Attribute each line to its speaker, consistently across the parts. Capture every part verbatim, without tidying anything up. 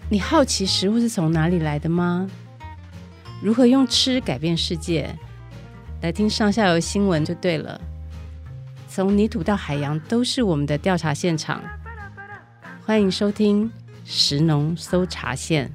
Speaker 1: 你好奇食物是从哪里来的吗？如何用吃改变世界？来听上下游新闻就对了。从泥土到海洋都是我们的调查现场，欢迎收听食农搜查线。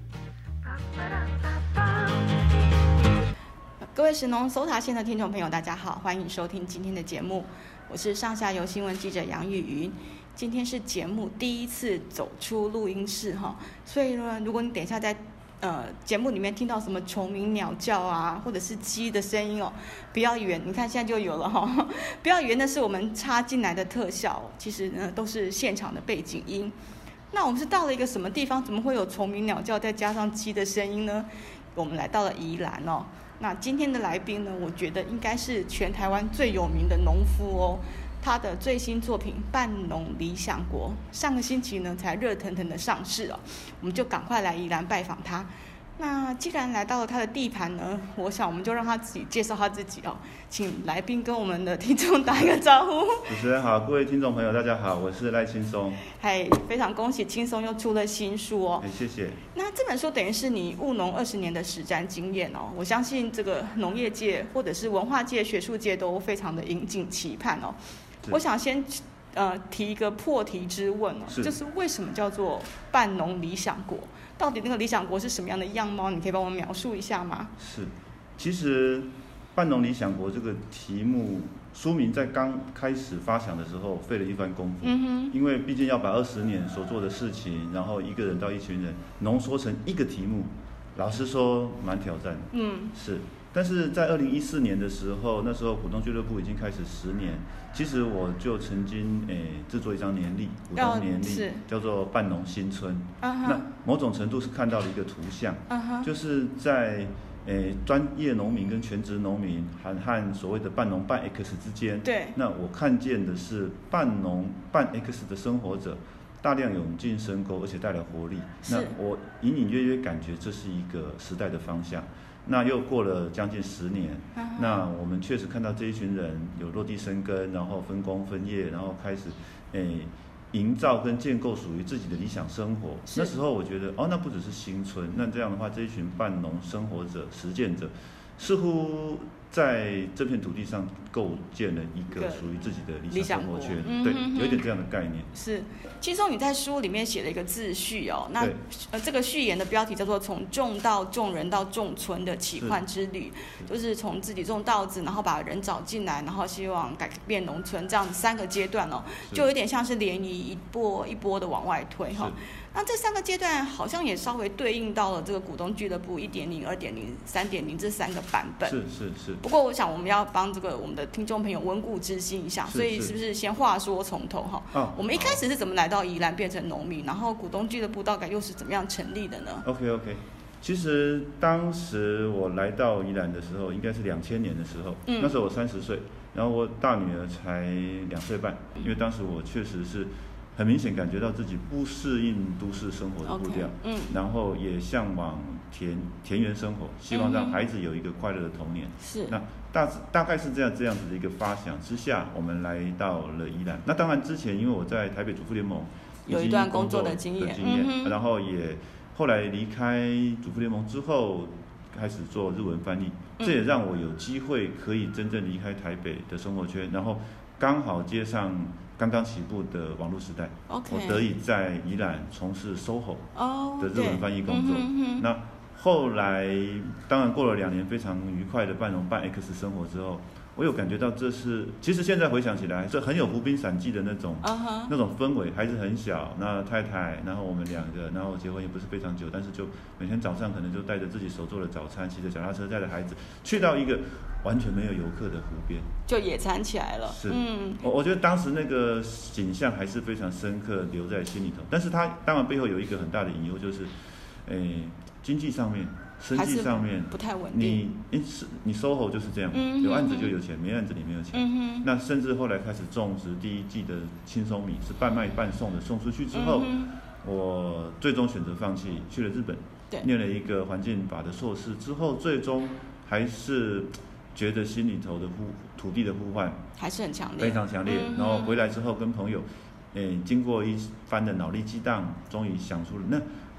Speaker 2: 各位食农搜查线的听众朋友大家好，欢迎收听今天的节目，我是上下游新闻记者杨玉云。今天是节目第一次走出录音室哈，所以呢，如果你等一下在呃节目里面听到什么虫鸣鸟叫啊，或者是鸡的声音哦，不要以为你看现在就有了哈，不要以为那是我们插进来的特效，其实呢都是现场的背景音。那我们是到了一个什么地方，怎么会有虫鸣鸟叫再加上鸡的声音呢？我们来到了宜兰哦。那今天的来宾呢，我觉得应该是全台湾最有名的农夫哦。他的最新作品《半农理想国》上个星期呢才热腾腾的上市哦，我们就赶快来宜兰拜访他。那既然来到了他的地盘呢，我想我们就让他自己介绍他自己哦，请来宾跟我们的听众打一个招呼。
Speaker 3: 主持人好，各位听众朋友大家好，我是赖青松。
Speaker 2: 嗨，非常恭喜青松又出了新书哦。
Speaker 3: 谢谢。那
Speaker 2: 这本书等于是你务农二十年的实战经验哦，我相信这个农业界或者是文化界、学术界都非常的引颈期盼哦。我想先呃提一个破题之问哦，是就是为什么叫做半农理想国？到底那个理想国是什么样的样貌？你可以帮我描述一下吗？
Speaker 3: 是，其实半农理想国这个题目书名在刚开始发想的时候费了一番功夫，嗯哼，因为毕竟要把二十年所做的事情，然后一个人到一群人浓缩成一个题目，老实说蛮挑战的，嗯，是。但是在二零一四年的时候，那时候股东俱乐部已经开始十年，其实我就曾经诶制作一张年历，股东年历，叫做半农新村。Uh-huh. 那某种程度是看到了一个图像， uh-huh. 就是在诶专业农民跟全职农民和和所谓的半农半 X 之间，对，那我看见的是半农半 X 的生活者大量涌进深沟，而且带来活力。那我隐隐约约感觉这是一个时代的方向。那又过了将近十年，啊、那我们确实看到这一群人有落地生根，然后分工分业，然后开始，诶，营造跟建构属于自己的理想生活。那时候我觉得，哦，那不只是新村，那这样的话，这一群半农生活者、实践者，似乎在这片土地上构建了一个属于自己的理想生活圈，嗯、对，有一点这样的概念。
Speaker 2: 是，青松你在书里面写了一个自序哦，那呃这个序言的标题叫做“从种稻种人到种村的奇幻之旅”，是就是从自己种稻子，然后把人找进来，然后希望改变农村这样三个阶段哦，就有点像是涟漪一波一波的往外推哈。那这三个阶段好像也稍微对应到了这个股东俱乐部一点零、二点零、三点零这三个版本。
Speaker 3: 是是是。
Speaker 2: 不过我想我们要帮这个我们的听众朋友温故知新一下，所以是不是先话说从头哈？哦。我们一开始是怎么来到宜兰变成农民，然后股东俱乐部大概又是怎么样成立的呢
Speaker 3: ？OK OK。其实当时我来到宜兰的时候，应该是两千年的时候，嗯、那时候我三十岁，然后我大女儿才两岁半，因为当时我确实是。很明显感觉到自己不适应都市生活的步调， okay, 嗯，然后也向往田田园生活，希望让孩子有一个快乐的童年。是，那大大概是这样这样子的一个发想之下，我们来到了宜兰。那当然之前因为我在台北主妇联盟
Speaker 2: 有一段工作的经验，
Speaker 3: 经验嗯、然后也后来离开主妇联盟之后，开始做日文翻译，嗯、这也让我有机会可以真正离开台北的生活圈，然后刚好接上。刚刚起步的网络时代， okay, 我得以在宜兰从事 S O H O 的日文翻译工作。Oh, 嗯、那后来当然过了两年非常愉快的半农半 X 生活之后，我有感觉到这是，其实现在回想起来，这很有湖滨散记的那种、uh-huh. 那种氛围，孩子很小，那太太，然后我们两个，然后结婚也不是非常久，但是就每天早上可能就带着自己手做的早餐，骑着脚踏车带着孩子去到一个完全没有游客的湖边，
Speaker 2: 就野餐起来了。
Speaker 3: 是，嗯，我我觉得当时那个景象还是非常深刻，留在心里头。但是它当然背后有一个很大的隐忧，就是，诶，经济上面。生计上面
Speaker 2: 不太稳
Speaker 3: 定，你你 S O H O 就是这样，嗯、有案子就有钱，没案子你没有钱。嗯、那甚至后来开始种植第一季的青松米，是半卖半送的，送出去之后，嗯、我最终选择放弃，去了日本，念了一个环境法的硕士之后，最终还是觉得心里头的呼土地的呼唤
Speaker 2: 还是很强烈，
Speaker 3: 非常强烈。嗯、然后回来之后跟朋友，诶，经过一番的脑力激荡，终于想出了那。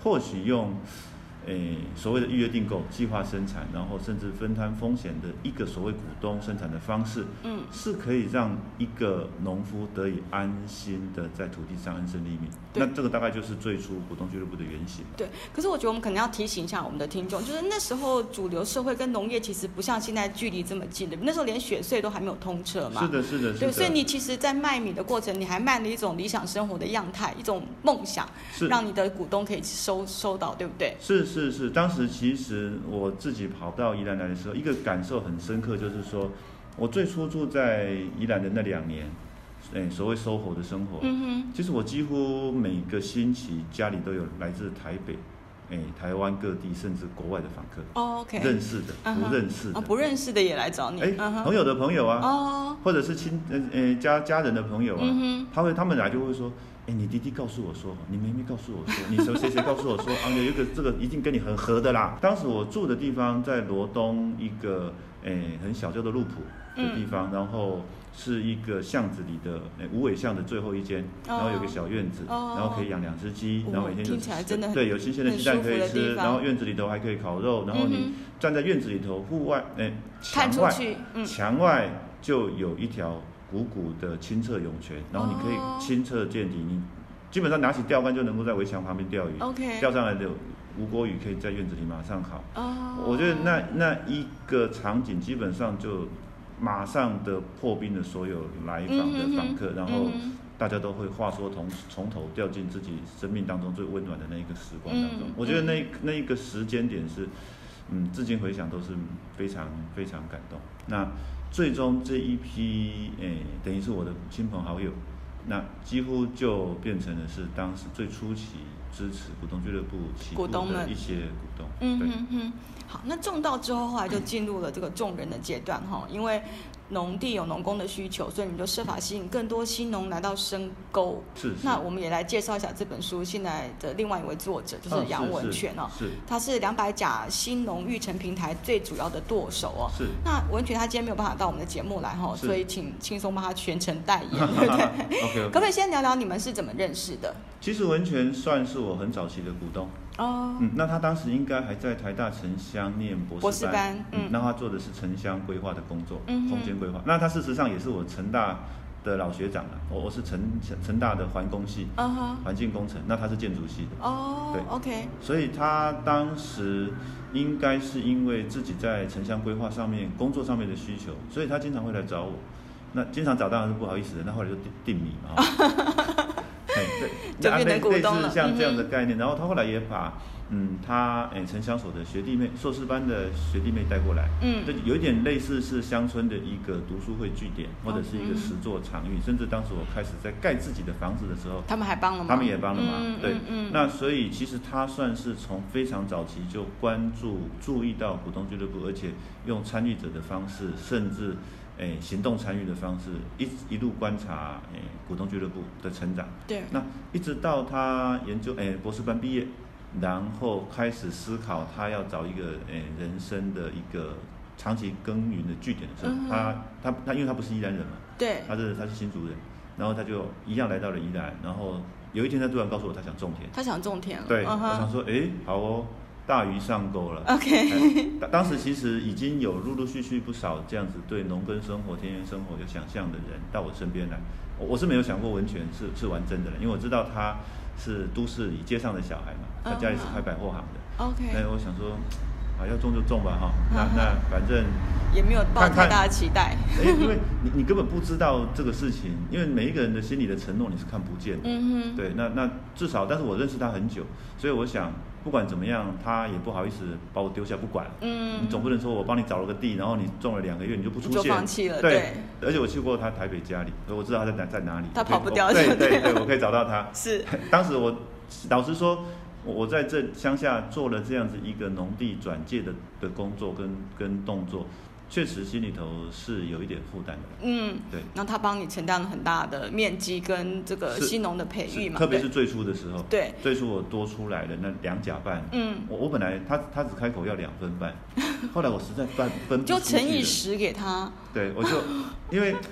Speaker 3: 或许用诶所谓的预约订购、计划生产，然后甚至分摊风险的一个所谓股东生产的方式，嗯，是可以让一个农夫得以安心的在土地上安身立命。那这个大概就是最初股东俱乐部的原型。
Speaker 2: 对，可是我觉得我们可能要提醒一下我们的听众，就是那时候主流社会跟农业其实不像现在距离这么近的，那时候连雪隧都还没有通车嘛。
Speaker 3: 是的，是的，是的。
Speaker 2: 对，所以你其实，在卖米的过程，你还卖了一种理想生活的样态，一种梦想，让你的股东可以收收到，对不对？
Speaker 3: 是是是，当时其实我自己跑到宜兰来的时候，一个感受很深刻，就是说我最初住在宜兰的那两年，哎，所谓收获的生活，嗯哼，其实我几乎每个星期家里都有来自台北、哎，台湾各地甚至国外的访客，
Speaker 2: 哦 ，OK，
Speaker 3: 认识的、uh-huh, 不认识的、
Speaker 2: 哦，不认识的也来找你，
Speaker 3: 哎、uh-huh ，朋友的朋友啊，
Speaker 2: 哦，
Speaker 3: 或者是亲呃呃家家人的朋友啊，嗯、他会他们来就会说。哎，你弟弟告诉我说，你妹妹告诉我说，你谁谁谁告诉我说，啊，有一个这个一定跟你很合的啦。当时我住的地方在罗东一个诶很小叫做路埔的地方，嗯、然后是一个巷子里的诶五尾巷的最后一间，然后有个小院子，哦、然后可以养两只鸡，然后每天就
Speaker 2: 听起来真的
Speaker 3: 对有新鲜的鸡蛋可以吃，然后院子里头还可以烤肉，然后你站在院子里头，户外诶墙外墙、嗯、外就有一条。汩汩的清澈涌泉，然后你可以清澈见底，你基本上拿起钓竿就能够在围墙旁边钓鱼，
Speaker 2: okay.
Speaker 3: 钓上来的无锅鱼可以在院子里马上烤。Oh. 我觉得那那一个场景基本上就马上的破冰了所有来访的访客， mm-hmm. 然后大家都会话说从从头掉进自己生命当中最温暖的那一个时光当中。Mm-hmm. 我觉得那那一个时间点是，嗯，至今回想都是非常非常感动。那最终这一批诶，等于是我的亲朋好友，那几乎就变成了是当时最初期支持股东俱乐部起步的一些股东。
Speaker 2: 嗯哼哼，好，那种稻之后，后来就进入了这个种人的阶段哈，因为农地有农工的需求，所以你就设法吸引更多新农来到深沟。
Speaker 3: 是, 是。
Speaker 2: 那我们也来介绍一下这本书现在的另外一位作者，就是杨文全哦。
Speaker 3: 是。是
Speaker 2: 他是两百甲新农育成平台最主要的舵手哦。
Speaker 3: 是。
Speaker 2: 那文全他今天没有办法到我们的节目来哈，所以请轻松帮他全程代言，对不对
Speaker 3: ？OK。
Speaker 2: 可不可以先聊聊你们是怎么认识的？
Speaker 3: 其实文全算是我很早期的股东。哦。嗯，那他当时应该还在台大城乡念博士班。
Speaker 2: 博士班。嗯。
Speaker 3: 那他做的是城乡规划的工作，嗯，空间规划。那他事实上也是我成大的老学长了，我我是成成大的环工系，环、uh-huh. 境工程，那他是建筑系的。
Speaker 2: 哦、oh, 对 ，OK。
Speaker 3: 所以他当时应该是因为自己在城乡规划上面工作上面的需求，所以他经常会来找我。那经常找当然是不好意思的，那后来就定定米嘛。对对，
Speaker 2: 就变成股东了。
Speaker 3: 类似像这样的概念，嗯、然后他后来也把嗯他诶城乡所的学弟妹、硕士班的学弟妹带过来，嗯，就有一点类似是乡村的一个读书会据点，或者是一个实作场域，嗯、甚至当时我开始在盖自己的房子的时候，
Speaker 2: 他们还帮了吗？
Speaker 3: 他们也帮了嘛，
Speaker 2: 嗯、
Speaker 3: 对，
Speaker 2: 嗯嗯，
Speaker 3: 那所以其实他算是从非常早期就关注、注意到股东俱乐部，而且用参与者的方式，甚至诶，行动参与的方式，一一路观察诶股东俱乐部的成长。
Speaker 2: 对。
Speaker 3: 那一直到他研究诶博士班毕业，然后开始思考他要找一个诶人生的一个长期耕耘的据点的时候，嗯、他他他因为他不是宜兰人嘛，
Speaker 2: 对，
Speaker 3: 他是他是新竹人，然后他就一样来到了宜兰，然后有一天他突然告诉我他想种田，
Speaker 2: 他想种田了。
Speaker 3: 对，
Speaker 2: 嗯、
Speaker 3: 我想说诶好哦。大鱼上钩了。
Speaker 2: OK。
Speaker 3: 当时其实已经有陆陆续续不少这样子对农耕生活、田园生活有想象的人到我身边来。我是没有想过文全是是玩真的人，因为我知道他是都市里街上的小孩嘛，他家里是开百货行的。
Speaker 2: OK。
Speaker 3: 那我想说，啊要种就种吧哈，那那反正
Speaker 2: 也没有抱太大的期待。
Speaker 3: 因为你你根本不知道这个事情，因为每一个人的心里的承诺你是看不见的。嗯哼。对，那那至少，但是我认识他很久，所以我想。不管怎么样，他也不好意思把我丢下不管。嗯，你总不能说我帮你找了个地，然后你种了两个月你就不出现，
Speaker 2: 就放弃了。
Speaker 3: 对，
Speaker 2: 对，
Speaker 3: 而且我去过他台北家里，所以我知道他在哪在哪里。
Speaker 2: 他跑不掉。
Speaker 3: 对对对，我可以找到他。
Speaker 2: 是。
Speaker 3: 当时我老实说，我在这乡下做了这样子一个农地转介的的工作跟跟动作。确实心里头是有一点负担的。嗯，对。
Speaker 2: 然后他帮你承担了很大的面积跟这个新农的培育嘛，
Speaker 3: 特别是最初的时候。
Speaker 2: 对。
Speaker 3: 最初我多出来的那两甲半，嗯，我我本来他他只开口要两分半，后来我实在分分不出去了，
Speaker 2: 就乘以十给他。
Speaker 3: 对，我就因为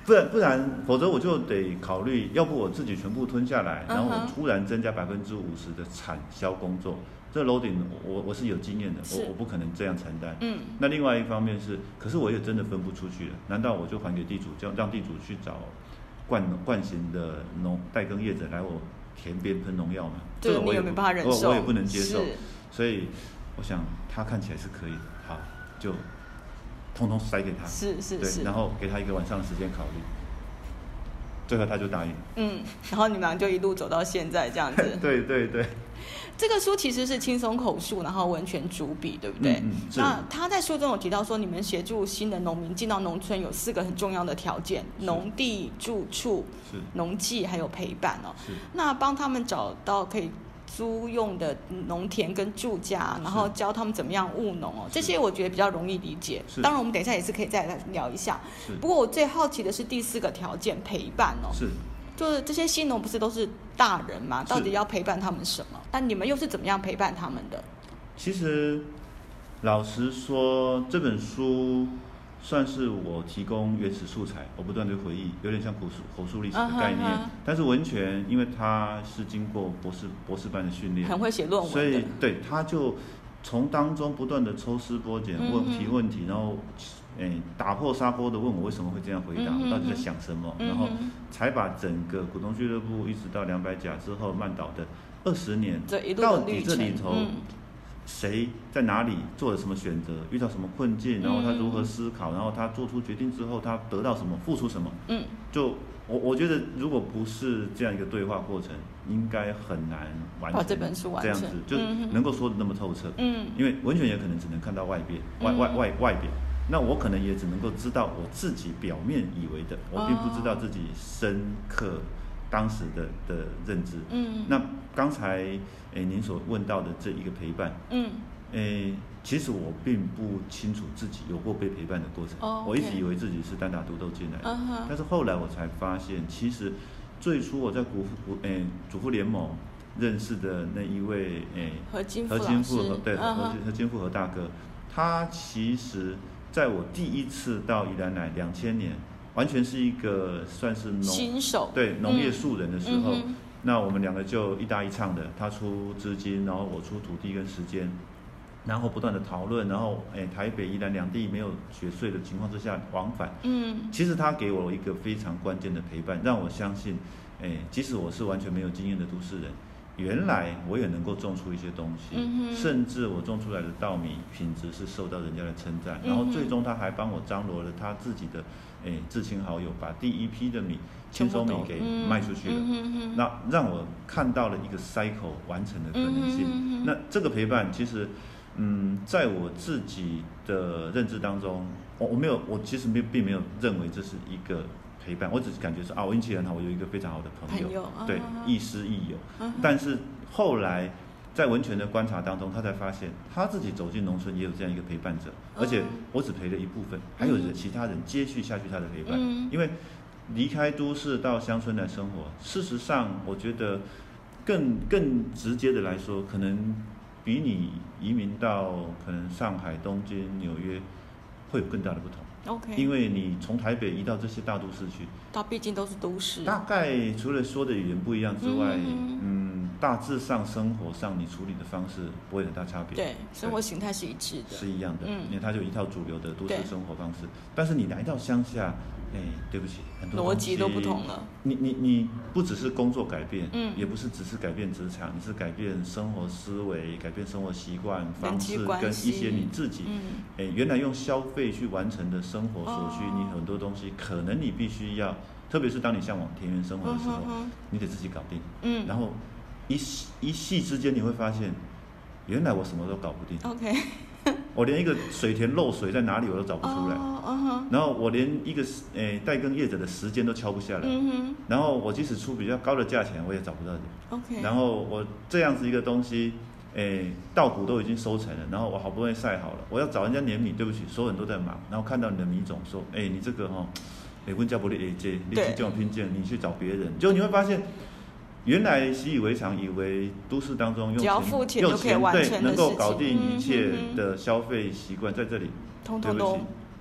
Speaker 3: 不然不然，否则我就得考虑，要不我自己全部吞下来，然后我突然增加百分之五十的产销工作，这 loading 我我是有经验的，我我不可能这样承担。嗯。那另外一方面是，可是我也真的分不出去了，难道我就还给地主，叫让地主去找惯惯型的农代耕业者来我田边喷农药吗？
Speaker 2: 这个我也没办法忍受，
Speaker 3: 我我也不能接受。所以我想他看起来是可以的，好就。通通塞给他，
Speaker 2: 是是是，
Speaker 3: 然后给他一个晚上的时间考虑，最后他就答应。
Speaker 2: 嗯，然后你们俩就一路走到现在这样子。
Speaker 3: 对对对。
Speaker 2: 这个书其实是轻松口述，然后文权主笔，对不对？
Speaker 3: 嗯嗯。
Speaker 2: 那他在书中有提到说，你们协助新的农民进到农村有四个很重要的条件：农地、住处、农技，还有陪伴哦。
Speaker 3: 是。
Speaker 2: 那帮他们找到可以租用的农田跟住家，然后教他们怎么样务农哦，这些我觉得比较容易理解。当然，我们等一下也是可以再来聊一下。不过我最好奇的是第四个条件陪伴哦，
Speaker 3: 是，
Speaker 2: 就是这些新农不是都是大人嘛？到底要陪伴他们什么？但你们又是怎么样陪伴他们的？
Speaker 3: 其实，老实说，这本书算是我提供原始素材，我不断的回忆，有点像口述口述历史的概念。Uh-huh. 但是文权，因为他是经过博士博士班的训练，
Speaker 2: 很会写论文的，
Speaker 3: 所以对他就从当中不断的抽丝剥茧，问提问题，然后诶打破砂锅的问我为什么会这样回答，我到底在想什么，然后才把整个股东俱乐部一直到两百甲之后曼岛的二十年，到底这里头。嗯谁在哪里做了什么选择，遇到什么困境，然后他如何思考，然后他做出决定之后他得到什么，付出什么，嗯，就我我觉得如果不是这样一个对话过程，应该很难完成
Speaker 2: 这本书完成
Speaker 3: 这样子，就能够说的那么透彻，嗯，因为文学也可能只能看到外边外外外外表，那我可能也只能够知道我自己表面以为的，我并不知道自己深刻当时的的认知，嗯，那刚才诶您所问到的这一个陪伴，嗯，诶，其实我并不清楚自己有过被陪伴的过程，哦 okay. 我一直以为自己是单打独斗进来的， uh-huh. 但是后来我才发现，其实最初我在国父诶主妇联盟认识的那一位诶
Speaker 2: 何金
Speaker 3: 何金富和对、uh-huh. 何何金富和大哥，他其实在我第一次到宜兰来两千年。完全是一个算是农
Speaker 2: 新手
Speaker 3: 对农业素人的时候、嗯，那我们两个就一搭一唱的，他出资金，然后我出土地跟时间，然后不断的讨论，然后哎台北宜兰两地没有雪隧的情况之下往返，嗯，其实他给我一个非常关键的陪伴，让我相信，哎，即使我是完全没有经验的都市人，原来我也能够种出一些东西，嗯、甚至我种出来的稻米品质是受到人家的称赞，嗯、然后最终他还帮我张罗了他自己的。哎，至亲好友把第一批的米轻松米给卖出去了，嗯、那让我看到了一个 cycle 完成的可能性。嗯、那这个陪伴其实，嗯，在我自己的认知当中，我我没有，我其实没并没有认为这是一个陪伴，我只是感觉说啊，我运气很好，我有一个非常好的朋友，
Speaker 2: 朋友
Speaker 3: 对，亦师亦友。嗯、但是后来。在文权的观察当中，他才发现他自己走进农村也有这样一个陪伴者，而且我只陪了一部分，还有其他人接续下去他的陪伴。因为离开都市到乡村来生活，事实上我觉得更更直接的来说，可能比你移民到可能上海、东京、纽约会有更大的不同。
Speaker 2: OK，
Speaker 3: 因为你从台北移到这些大都市去，
Speaker 2: 它毕竟都是都市，
Speaker 3: 大概除了说的语言不一样之外，嗯。嗯大致上生活上你处理的方式不会很大差别，
Speaker 2: 对，生活形态是一致的，
Speaker 3: 是一样的，嗯，因为它就一套主流的都市生活方式。但是你来到乡下，哎，对不起，很多
Speaker 2: 逻辑都不同了。
Speaker 3: 你你你不只是工作改变，嗯，也不是只是改变职场，你是改变生活思维、改变生活习惯方式，跟一些你自己，嗯，哎，原来用消费去完成的生活所需，哦、你很多东西可能你必须要，特别是当你向往田园生活的时候，嗯、哼哼你得自己搞定，嗯，然后。一一夕之间，你会发现，原来我什么都搞不定。
Speaker 2: OK，
Speaker 3: 我连一个水田漏水在哪里我都找不出来。
Speaker 2: Oh, uh-huh.
Speaker 3: 然后我连一个诶代耕业者的时间都敲不下来。Mm-hmm. 然后我即使出比较高的价钱，我也找不到人。
Speaker 2: OK。
Speaker 3: 然后我这样子一个东西，诶稻谷都已经收成了，然后我好不容易晒好了，我要找人家碾米，对不起，所有人都在忙。然后看到你的米种，说，哎，你这个哈，哎，温家伯利 A J， 你去这种拼件，你去找别人，就你会发现。原来习以为常，以为都市当中用钱用钱对能够搞定一切的消费习惯，在这里，
Speaker 2: 通通都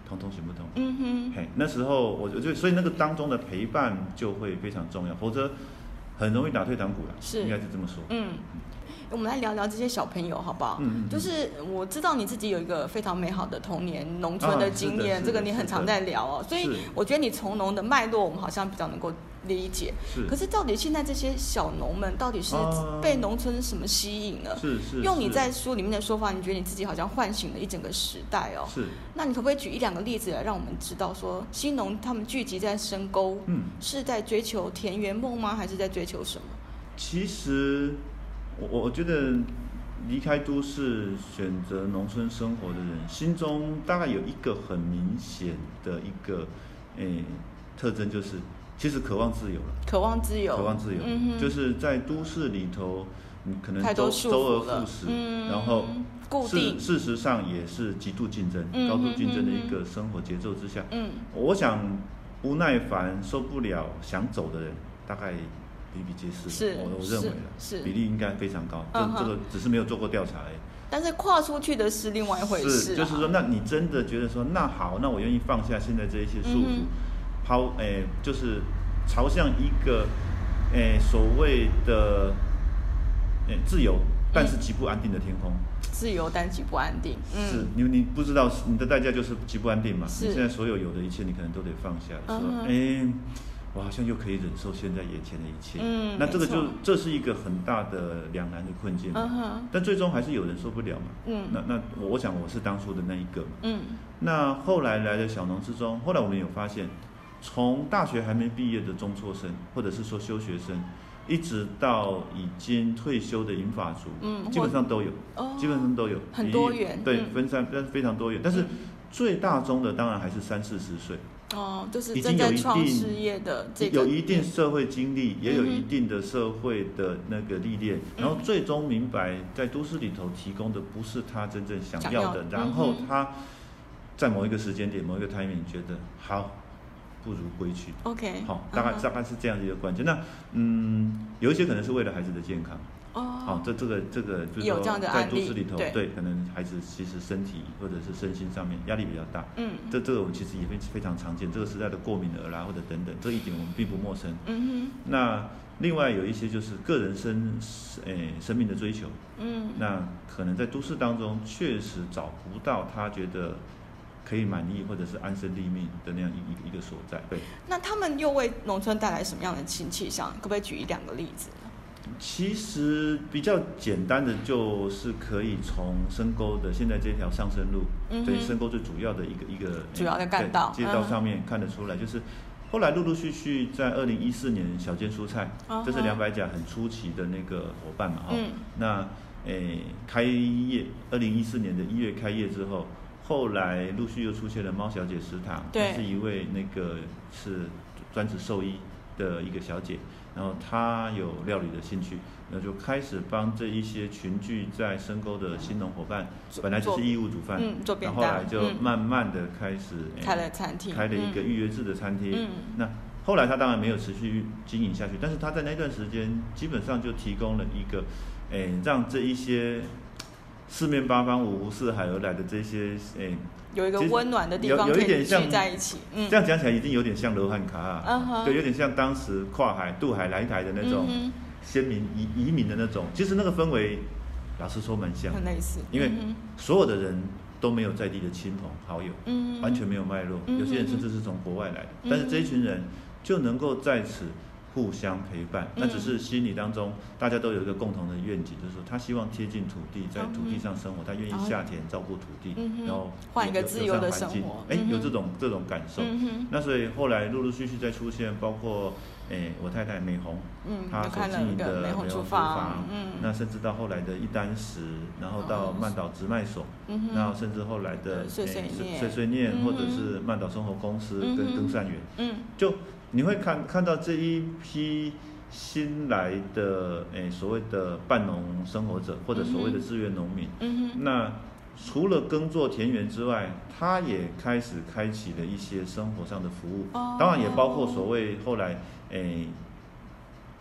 Speaker 3: 统统行不通。
Speaker 2: 嗯哼，
Speaker 3: 嘿，那时候我觉得，所以那个当中的陪伴就会非常重要，否则很容易打退堂鼓了。
Speaker 2: 是，
Speaker 3: 应该是这么说。
Speaker 2: 嗯。我们来聊聊这些小朋友好不好？
Speaker 3: 嗯嗯嗯，
Speaker 2: 就是我知道你自己有一个非常美好的童年农村的经验，
Speaker 3: 啊、
Speaker 2: 这个你很常在聊哦，所以我觉得你从农的脉络，我们好像比较能够理解。
Speaker 3: 是。
Speaker 2: 可是到底现在这些小农们到底是被农村什么吸引了？
Speaker 3: 是是。
Speaker 2: 用你在书里面的说法，你觉得你自己好像唤醒了一整个时代哦。
Speaker 3: 是。
Speaker 2: 那你可不可以举一两个例子来让我们知道说，新农他们聚集在深沟，嗯，是在追求田园梦吗？还是在追求什么？
Speaker 3: 其实，我我觉得。离开都市选择农村生活的人，心中大概有一个很明显的一个诶特征，就是其实渴望自由了。
Speaker 2: 渴望自由，
Speaker 3: 渴望自由，嗯、就是在都市里头，你可能周周而复始，嗯、然后事事实上也是极度竞争、嗯、高度竞争的一个生活节奏之下，嗯，我想不耐烦、受不了、想走的人，大概。比比皆是，
Speaker 2: 是
Speaker 3: 我我认为的比例应该非常高，这、嗯、这个只是没有做过调查而已。
Speaker 2: 但是跨出去的是另外一回事、啊。
Speaker 3: 是，就是说，那你真的觉得说，那好，那我愿意放下现在这一些束缚，嗯、抛，诶、欸，就是朝向一个，诶、欸，所谓的，诶、欸，自由，但是极不安定的天空。嗯、
Speaker 2: 自由但极不安定。嗯、
Speaker 3: 是，你你不知道你的代价就是极不安定嘛？你现在所有有的一切，你可能都得放下，说，哎、嗯。欸我好像又可以忍受现在眼前的一切，嗯，那这个就这是一个很大的两难的困境，嗯，但最终还是有人受不了嘛，嗯，那那我想我是当初的那一个，嗯，那后来来的小农之中，后来我们有发现，从大学还没毕业的中辍生，或者是说休学生，一直到已经退休的银发族，嗯，基本上都有，哦，基本上都有，
Speaker 2: 很多元，
Speaker 3: 对，嗯、分散，但是非常多元，但是最大宗的当然还是三四十岁。
Speaker 2: 哦，就是正在创事业的这个，
Speaker 3: 有一定社会经历，也有一定的社会的那个历练，嗯、然后最终明白，在都市里头提供的不是他真正想要的，要然后他在某一个时间点、某一个 timing 觉得好，不如归去。
Speaker 2: OK，
Speaker 3: 好，大概、uh huh. 大概是这样的一个关键。那嗯，有一些可能是为了孩子的健康。哦，好，这这个这个就是说，在都市里头，对，可能孩子其实身体或者是身心上面压力比较大，嗯，这这个我们其实也非非常常见，这个时代的过敏儿啦或者等等，这一点我们并不陌生，嗯哼。那另外有一些就是个人生诶生命的追求，嗯，那可能在都市当中确实找不到他觉得可以满意或者是安身立命的那样一一个所在，对。
Speaker 2: 那他们又为农村带来什么样的新气象？可不可以举一两个例子呢？
Speaker 3: 其实比较简单的就是可以从深沟的现在这条上升路，嗯、对深沟最主要的一个一个
Speaker 2: 主要的干道
Speaker 3: 街道上面看得出来，嗯、就是后来陆陆续续在二零一四年小间蔬菜，哦、这是两百甲很初期的那个伙伴嘛，嗯、那诶开业二零一四年的一月开业之后，后来陆续又出现了猫小姐食堂，是一位那个是专职兽医的一个小姐。然后他有料理的兴趣，那就开始帮这一些群聚在深沟的新农伙伴，本来就是义务煮饭，嗯，做便当，然后后来就慢慢的开始、
Speaker 2: 嗯、开了餐厅，
Speaker 3: 开了一个预约制的餐厅。嗯，那后来他当然没有持续经营下去，但是他在那段时间基本上就提供了一个，诶，让这一些四面八方五湖四海而来的这些，诶。
Speaker 2: 有一个温暖的地方可以聚在一起，
Speaker 3: 嗯，这样讲起来已经有点像罗汉卡啊， uh huh. 对，有点像当时跨海渡海来台的那种先民移移民的那种，其实那个氛围，老实说蛮像，
Speaker 2: 很类似，
Speaker 3: 因为所有的人都没有在地的亲朋好友，嗯，完全没有脉络，有些人甚至是从国外来的，但是这一群人就能够在此互相陪伴，那只是心里当中大家都有一个共同的愿景，就是说他希望贴近土地，在土地上生活，他愿意下田照顾土地，然后
Speaker 2: 换一个自由的生活，
Speaker 3: 哎，有这种这种感受。那所以后来陆陆续续再出现，包括哎我太太美红，嗯，她所经营的美红厨房，嗯，那甚至到后来的一箪食，然后到曼岛直卖所，嗯，然后甚至后来的
Speaker 2: 碎碎念、
Speaker 3: 碎碎念，或者是曼岛生活公司跟登山园，嗯，就。你会看看到这一批新来的诶所谓的半农生活者，或者所谓的志愿农民，嗯、那除了耕作田园之外，他也开始开启了一些生活上的服务，哦、当然也包括所谓后来诶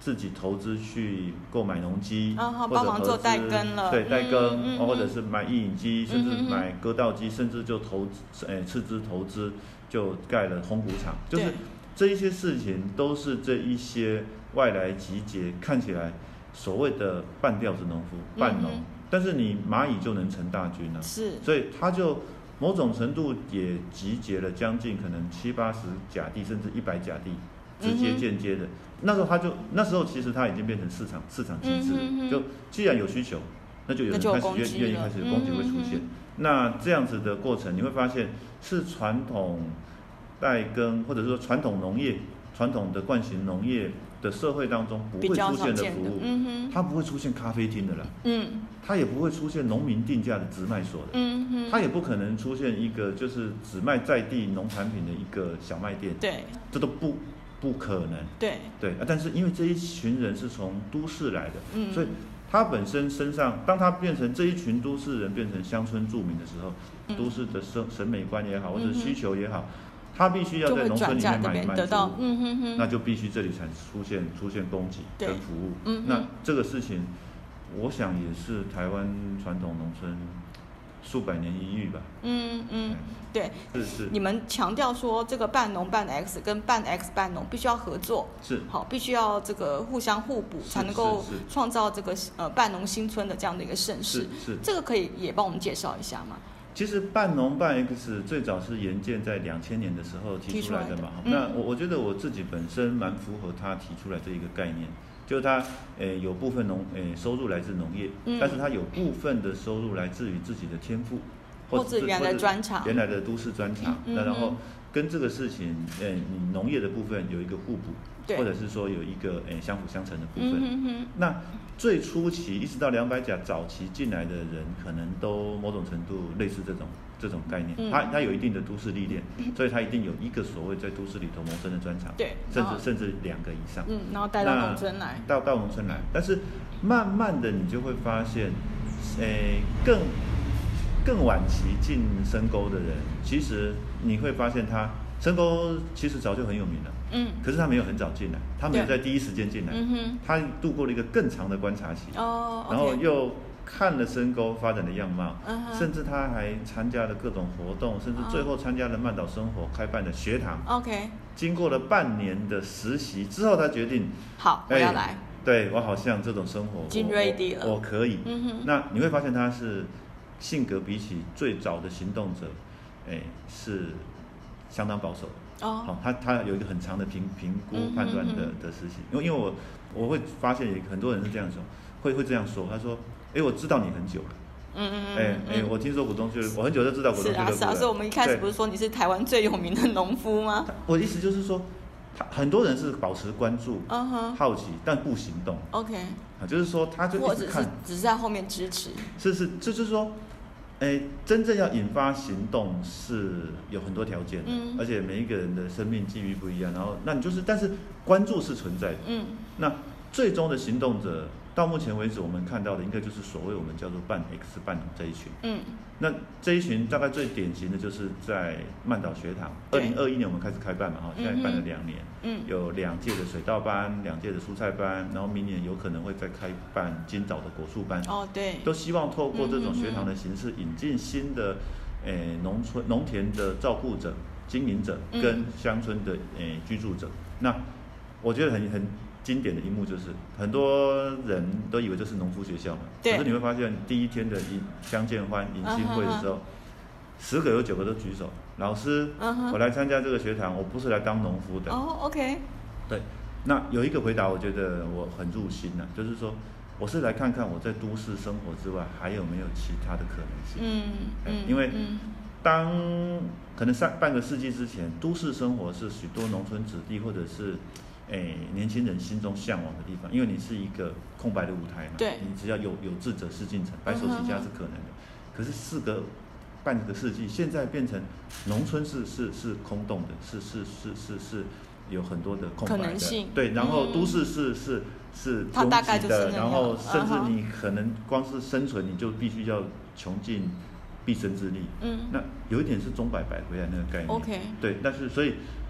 Speaker 3: 自己投资去购买农机，
Speaker 2: 啊、
Speaker 3: 或者
Speaker 2: 帮忙做代耕了，
Speaker 3: 对代耕、
Speaker 2: 嗯嗯
Speaker 3: 哦，或者是买印影机，甚至
Speaker 2: 嗯
Speaker 3: 买割稻机，甚至就投资，诶，斥资投资就盖了烘谷厂，就是这一些事情都是这一些外来集结看起来所谓的半吊子农夫、半农、嗯，但是你蚂蚁就能成大军啊，
Speaker 2: 是，
Speaker 3: 所以他就某种程度也集结了将近可能七八十甲地，甚至一百甲地，直接间接的。嗯、那时候他就那时候其实他已经变成市场市场机制了、嗯，就既然有需求，那就有人开始愿愿意开始有供给会出现、嗯。那这样子的过程，你会发现是传统代耕或者说传统农业、传统的惯行农业的社会当中不会出现的服务，嗯、它不会出现咖啡厅的啦，嗯，它也不会出现农民定价的直卖所的，嗯，它也不可能出现一个就是只卖在地农产品的一个小卖店，
Speaker 2: 对，
Speaker 3: 这都不不可能，
Speaker 2: 对
Speaker 3: 对啊，但是因为这一群人是从都市来的，嗯，所以他本身身上，当他变成这一群都市人变成乡村住民的时候，嗯、都市的审审美观也好，或者需求也好。他必须要在农村里面买满足，嗯哼哼，那就必须这里才出现出现供给跟服务。嗯，那这个事情，我想也是台湾传统农村数百年一遇吧。嗯嗯，
Speaker 2: 对，
Speaker 3: 是是。
Speaker 2: 你们强调说这个半农半 X 跟半 X 半农必须要合作，
Speaker 3: 是
Speaker 2: 好，必须要这个互相互补，才能够创造这个呃半农新村的这样的一个盛世。
Speaker 3: 是是，
Speaker 2: 这个可以也帮我们介绍一下吗？
Speaker 3: 其实半农半 X 最早是研建在两千年的时候提出来的嘛，的嗯、那我我觉得我自己本身蛮符合他提出来这一个概念，就是他诶有部分农诶收入来自农业、嗯，但是他有部分的收入来自于自己的天赋，
Speaker 2: 或者原来的专长，
Speaker 3: 原来的都市专长，嗯、那然后跟这个事情诶你农业的部分有一个互补，或者是说有一个诶相辅相成的部分，嗯、哼哼那。最初期一直到两百甲早期进来的人，可能都某种程度类似这种这种概念。嗯、他他有一定的都市历练，所以他一定有一个所谓在都市里头谋生的专长，
Speaker 2: 对，
Speaker 3: 甚至甚至两个以上。
Speaker 2: 嗯，然后带到农村来，
Speaker 3: 到到农村来，但是慢慢的你就会发现，诶，更更晚期进深沟的人，其实你会发现他深沟其实早就很有名了。嗯，可是他没有很早进来，他没有在第一时间进来，嗯、他度过了一个更长的观察期，哦，然后又看了深沟发展的样貌，嗯、甚至他还参加了各种活动，甚至最后参加了慢岛生活开办的学堂。OK， 经过了半年的实习之后，他决定，
Speaker 2: 好，我要来，
Speaker 3: 欸、对我好像这种生活，
Speaker 2: 已經 ready 了，
Speaker 3: 我可以。嗯、那你会发现他是性格比起最早的行动者，哎、欸，是相当保守的。哦，好，他他有一个很长的评评估判断的、嗯、的实习，因为因为我我会发现很多人是这样说，会会这样说，他说，哎，我知道你很久了，嗯嗯哎哎，我听说股东俱乐部，我很久就知道股东俱乐部了。
Speaker 2: 是啊是啊，所以我们一开始不是说你是台湾最有名的农夫吗？
Speaker 3: 我的意思就是说，他很多人是保持关注、uh-huh. 好奇，但不行动。OK， 啊，就是说他就一直看，
Speaker 2: 或者是只是在后面支持。
Speaker 3: 是是，这就是说。哎，真正要引发行动是有很多条件的，嗯，而且每一个人的生命际遇不一样，然后那你就是，但是关注是存在的，嗯，那最终的行动者，到目前为止我们看到的应该就是所谓我们叫做半 X 半农这一群，嗯，那这一群大概最典型的就是在慢岛学堂，二零二一年我们开始开办嘛，哈，现在办了两年，嗯，有两届的水稻班，两届的蔬菜班，然后明年有可能会再开办今早的果树班，
Speaker 2: 哦，对，
Speaker 3: 都希望透过这种学堂的形式引进新的，诶，农村农田的照顾者、经营者跟乡村的诶居住者。那我觉得很很经典的一幕就是，很多人都以为这是农夫学校嘛，可是你会发现第一天的迎相见欢迎新会的时候，十个有九个都举手，老师，我来参加这个学堂，我不是来当农夫的。
Speaker 2: 哦 ，OK。对，
Speaker 3: 那有一个回答，我觉得我很入心呐、啊，就是说。我是来看看我在都市生活之外还有没有其他的可能性。嗯嗯，因为当可能上半个世纪之前，都市生活是许多农村子弟或者是诶年轻人心中向往的地方，因为你是一个空白的舞台嘛。对。你只要有有志者事竟成，白手起家是可能的。嗯、可是四个半个世纪，现在变成农村是是是空洞的，是是是是是有很多的空白的可能性。对，然后都市是、嗯、是。是拥挤的，然后甚至你可能光是生存，你就必须要穷尽毕生之力。嗯，那有一点是钟摆摆回来那个概念。OK， 对，但是所以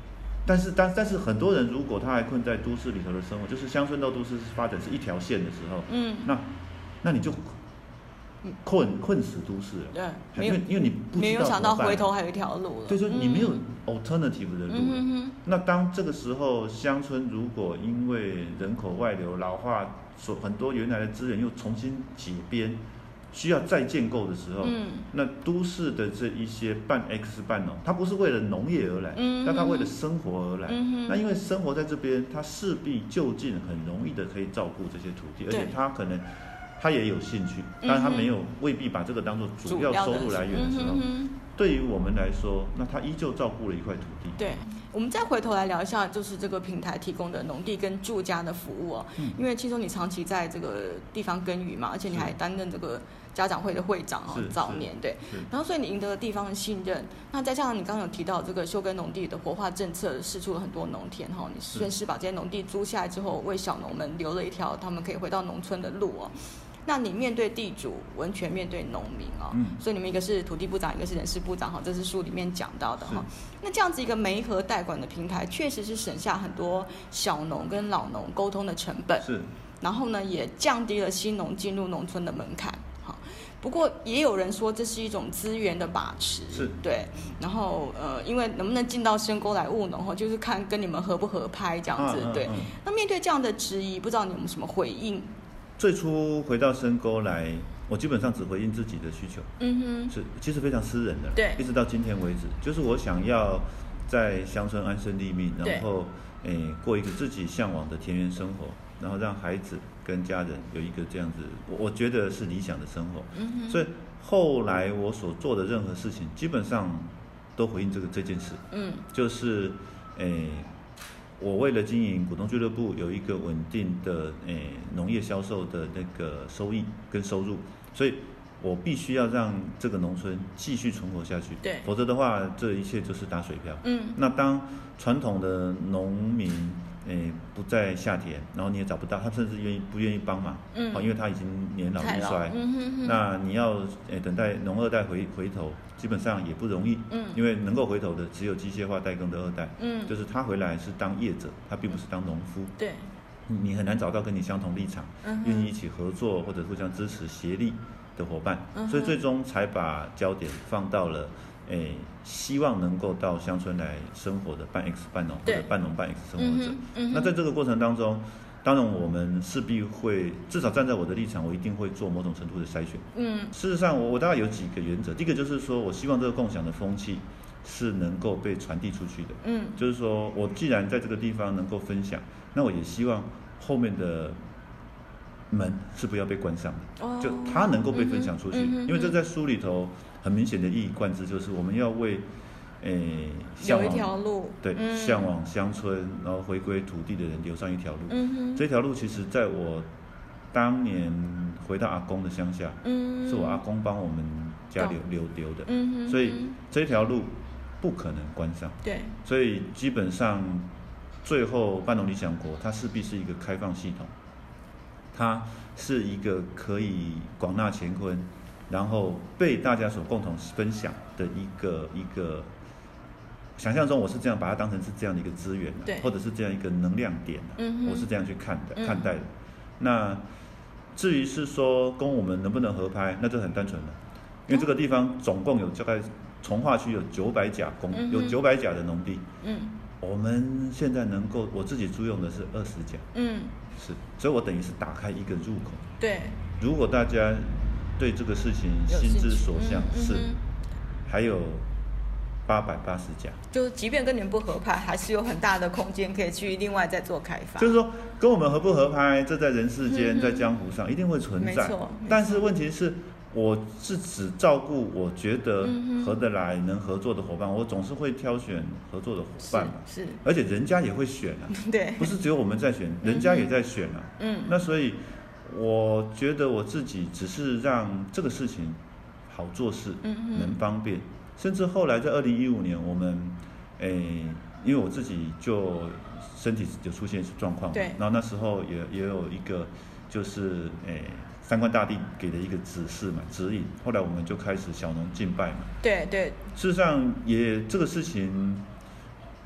Speaker 3: 但是但但是很多人如果他还困在都市里头的生活，就是乡村到都市发展是一条线的时候，嗯，那那你就困困死都市了，对，因为因为你不知道
Speaker 2: 没有想到回头还有一条路了，
Speaker 3: 对，所以你没有 alternative 的路了。
Speaker 2: 嗯、
Speaker 3: 那当这个时候乡村如果因为人口外流、老化，所很多原来的资源又重新解编，需要再建构的时候，嗯，那都市的这一些半 X 半农，它不是为了农业而来，嗯，但它为了生活而来，嗯，那因为生活在这边，它势必就近很容易的可以照顾这些土地，而且它可能他也有兴趣，但他没有未必把这个当作主要收入来源的时候，嗯、对于我们来说，那他依旧照顾了一块土地。
Speaker 2: 对，我们再回头来聊一下，就是这个平台提供的农地跟住家的服务哦。嗯、因为其实你长期在这个地方耕耘嘛，而且你还担任这个家长会的会长哦，早年对，然后所以你赢得了地方的信任。那再加上你刚刚有提到这个休耕农地的活化政策，释出了很多农田哈，你顺势把这些农地租下来之后，为小农们留了一条他们可以回到农村的路哦。那你面对地主，完全面对农民哦，嗯、所以你们一个是土地部长，一个是人事部长哈，这是书里面讲到的哈。那这样子一个媒合代管的平台，确实是省下很多小农跟老农沟通的成本，
Speaker 3: 是。
Speaker 2: 然后呢，也降低了新农进入农村的门槛哈。不过也有人说这是一种资源的把持，
Speaker 3: 是对。
Speaker 2: 然后呃，因为能不能进到深沟来务农哈，就是看跟你们合不合拍这样子，啊、对、嗯嗯。那面对这样的质疑，不知道你有没有什么回应？
Speaker 3: 最初回到深沟来，我基本上只回应自己的需求，嗯哼，是其实非常私人的，
Speaker 2: 对，
Speaker 3: 一直到今天为止，就是我想要在乡村安身立命，然后诶过一个自己向往的田园生活，然后让孩子跟家人有一个这样子，我我觉得是理想的生活，嗯哼，所以后来我所做的任何事情，基本上都回应这个这件事，嗯，就是诶。我为了经营股东俱乐部，有一个稳定的诶农业销售的那个收益跟收入，所以我必须要让这个农村继续存活下去。
Speaker 2: 对，
Speaker 3: 否则的话，这一切就是打水漂。嗯，那当传统的农民诶不再下田，然后你也找不到他，甚至愿意不愿意帮忙，嗯，因为他已经年老力衰。嗯哼哼，那你要诶等待农二代回回头。基本上也不容易，嗯，因为能够回头的只有机械化代工的二代，嗯，就是他回来是当业者，他并不是当农夫，
Speaker 2: 对，
Speaker 3: 你很难找到跟你相同立场、嗯、愿意一起合作或者互相支持协力的伙伴，嗯、所以最终才把焦点放到了，诶，希望能够到乡村来生活的半 X 半农或者半农半 X 生活者。嗯嗯、那在这个过程当中，当然我们势必会，至少站在我的立场，我一定会做某种程度的筛选。嗯，事实上我我大概有几个原则，第一个就是说我希望这个共享的风气是能够被传递出去的。嗯，就是说我既然在这个地方能够分享，那我也希望后面的门是不要被关上的，哦、就它能够被分享出去，嗯嗯、因为这在书里头很明显的一以贯之，就是我们要为。诶，
Speaker 2: 有一条路，
Speaker 3: 对，嗯、向往乡村，然后回归土地的人留上一条路。嗯哼，这条路其实在我当年回到阿公的乡下，嗯，是我阿公帮我们家留留留的，嗯哼，所以这条路不可能关上。
Speaker 2: 对，
Speaker 3: 所以基本上最后半农理想国它势必是一个开放系统，它是一个可以广纳乾坤，然后被大家所共同分享的一个一个。想象中我是这样把它当成是这样的一个资源、啊、或者是这样一个能量点、啊嗯、我是这样去看的、嗯、看待的。那至于是说跟我们能不能合拍，那就很单纯了，因为这个地方总共有大概从化区有九百甲公、嗯、有九百甲的农地，嗯，我们现在能够我自己租用的是二十甲，嗯，是，所以我等于是打开一个入口。
Speaker 2: 对，
Speaker 3: 如果大家对这个事情心之所向、嗯、是、嗯、还有八百八十甲，
Speaker 2: 就即便跟你们不合拍，还是有很大的空间可以去另外再做开发。
Speaker 3: 就是说，跟我们合不合拍，这在人世间、嗯、在江湖上一定会存在。
Speaker 2: 没错，
Speaker 3: 但是问题是，我是只照顾我觉得合得来、能合作的伙伴，我总是会挑选合作的伙伴嘛。
Speaker 2: 是，是
Speaker 3: 而且人家也会选啊。
Speaker 2: 对，
Speaker 3: 不是只有我们在选，人家也在选啊。嗯，那所以我觉得我自己只是让这个事情好做事，嗯、能方便。甚至后来在二零一五年，我们，诶，因为我自己就身体就出现状况，
Speaker 2: 对，
Speaker 3: 然后那时候也也有一个就是诶三官大帝给的一个指示嘛指引，后来我们就开始小农敬拜嘛，
Speaker 2: 对对，
Speaker 3: 事实上也这个事情，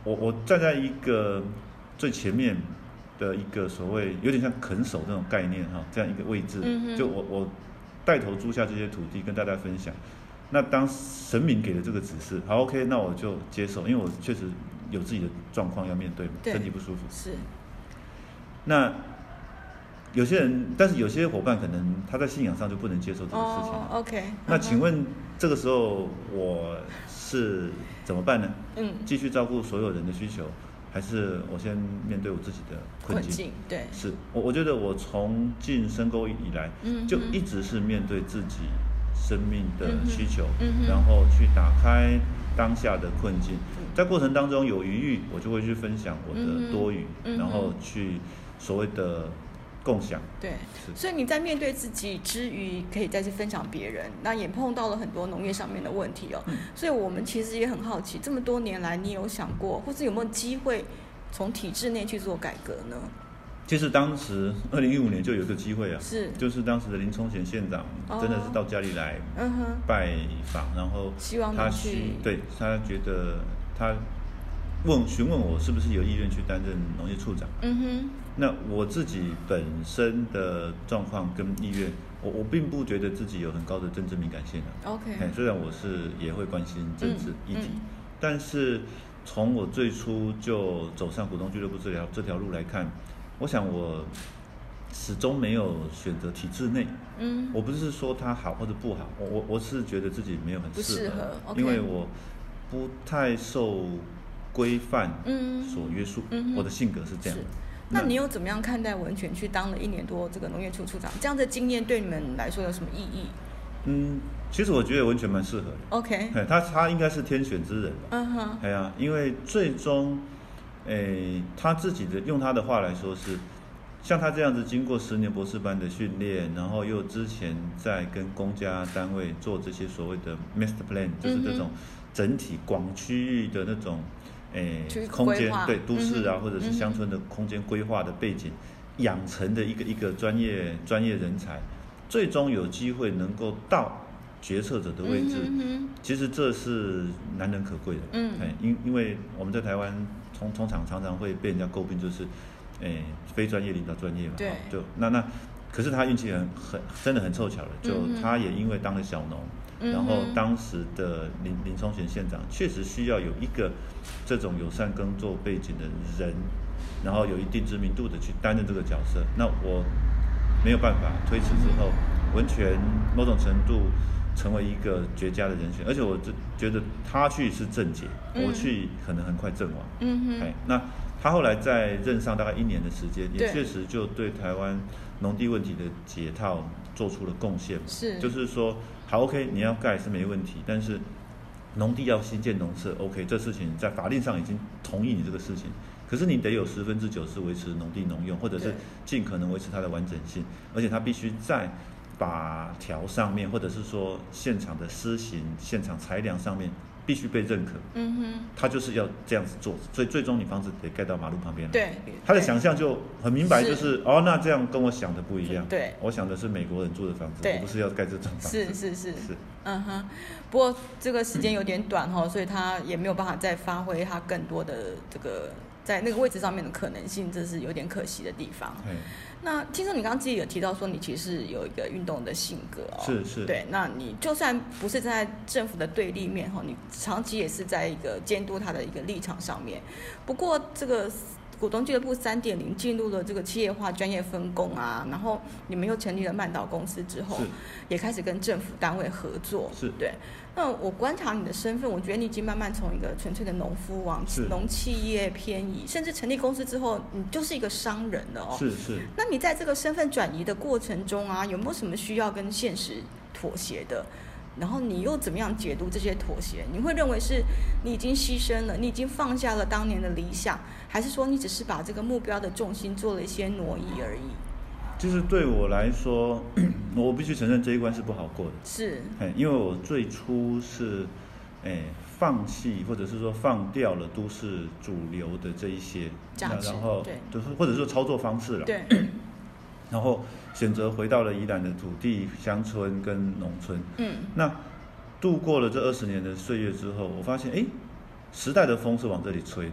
Speaker 3: 我我站在一个最前面的一个所谓有点像啃手那种概念哈，这样一个位置，嗯、就我我带头租下这些土地跟大家分享。那当神明给了这个指示，好 OK， 那我就接受，因为我确实有自己的状况要面对，
Speaker 2: 对
Speaker 3: 身体不舒服。
Speaker 2: 是。
Speaker 3: 那有些人，但是有些伙伴可能他在信仰上就不能接受这个事情。
Speaker 2: 哦 ，OK。
Speaker 3: 那请问这个时候我是怎么办呢？嗯，继续照顾所有人的需求，还是我先面对我自己的困境？困境对，是我我觉得我从进深沟以来，嗯，就一直是面对自己生命的需求，嗯，然后去打开当下的困境，在过程当中有余裕，我就会去分享我的多余，嗯，然后去所谓的共享。
Speaker 2: 对，所以你在面对自己之余，可以再去分享别人，那也碰到了很多农业上面的问题哦。嗯，所以我们其实也很好奇，这么多年来，你有想过，或是有没有机会从体制内去做改革呢？
Speaker 3: 其实当时二零一五年就有一个机会啊，
Speaker 2: 是，
Speaker 3: 就是当时的林聪贤县长真的是到家里来拜访，哦嗯、然后
Speaker 2: 希望
Speaker 3: 他
Speaker 2: 去，
Speaker 3: 对他觉得他问询问我是不是有意愿去担任农业处长。嗯哼，那我自己本身的状况跟意愿，我我并不觉得自己有很高的政治敏感性啊。
Speaker 2: OK，
Speaker 3: 虽然我是也会关心政治议题，嗯嗯、但是从我最初就走上股东俱乐部这条这条路来看。我想我始终没有选择体制内，嗯，我不是说它好或者不好，我我我是觉得自己没有很适合，
Speaker 2: 不适合 okay、
Speaker 3: 因为我不太受规范所约束，嗯、我的性格是这样的。
Speaker 2: 那你又怎么样看待文泉去当了一年多这个农业处处长？这样的经验对你们来说有什么意义？
Speaker 3: 嗯，其实我觉得文泉蛮适合的。
Speaker 2: OK，
Speaker 3: 他他应该是天选之人。嗯哼，哎呀，因为最终。诶，他自己的用他的话来说是，像他这样子经过十年博士班的训练，然后又之前在跟公家单位做这些所谓的 master plan， 就是这种整体广区域的那种诶空间，对都市啊、嗯、或者是乡村的空间规划的背景，养成的一个一个专业专业人才，最终有机会能够到决策者的位置，嗯、其实这是难能可贵的。嗯，因因为我们在台湾。通通常常常会被人家诟病，就是，诶，非专业领导专业嘛。对。就那那，可是他运气很很真的很凑巧了，就他也因为当了小农，嗯、然后当时的林林聪贤县长确实需要有一个这种友善耕作背景的人，然后有一定知名度的去担任这个角色。那我没有办法推辞之后，文泉某种程度。成为一个绝佳的人选，而且我觉得他去是正解，嗯、我去可能很快阵亡。嗯哼，哎，那他后来在任上大概一年的时间，也确实就对台湾农地问题的解套做出了贡献。是，就是说，好 ，OK， 你要盖是没问题，但是农地要新建农舍 ，OK， 这事情在法令上已经同意你这个事情，可是你得有十分之九是维持农地农用，或者是尽可能维持它的完整性，而且它必须在。法条上面，或者是说现场的施行、现场裁量上面必须被认可。嗯哼，他就是要这样子做，所以最终你房子得盖到马路旁边。对，他的想象就很明白，就是哦，那这样跟我想的不一样。对，我想的是美国人住的房子，我不是要盖这种房子。
Speaker 2: 是是是是，嗯哼。不过这个时间有点短哈，所以他也没有办法再发挥他更多的这个在那个位置上面的可能性，这是有点可惜的地方。那听说你刚刚自己有提到说，你其实有一个运动的性格哦，
Speaker 3: 是是，
Speaker 2: 对。那你就算不是在政府的对立面哈，你长期也是在一个监督他的一个立场上面。不过这个股东俱乐部 三点零 进入了这个企业化专业分工啊，然后你们又成立了曼岛公司之后，也开始跟政府单位合作，
Speaker 3: 是
Speaker 2: 对。那我观察你的身份，我觉得你已经慢慢从一个纯粹的农夫往农企业偏移，甚至成立公司之后，你就是一个商人了哦。
Speaker 3: 是是。
Speaker 2: 那你在这个身份转移的过程中啊，有没有什么需要跟现实妥协的？然后你又怎么样解读这些妥协？你会认为是你已经牺牲了，你已经放下了当年的理想，还是说你只是把这个目标的重心做了一些挪移而已？
Speaker 3: 就是对我来说，我必须承认这一关是不好过的。是，因为我最初是，哎，放弃或者是说放掉了都市主流的这一些价值，然后对，或者说操作方式了。对。然后选择回到了宜兰的土地、乡村跟农村。嗯。那度过了这二十年的岁月之后，我发现，哎，时代的风是往这里吹的。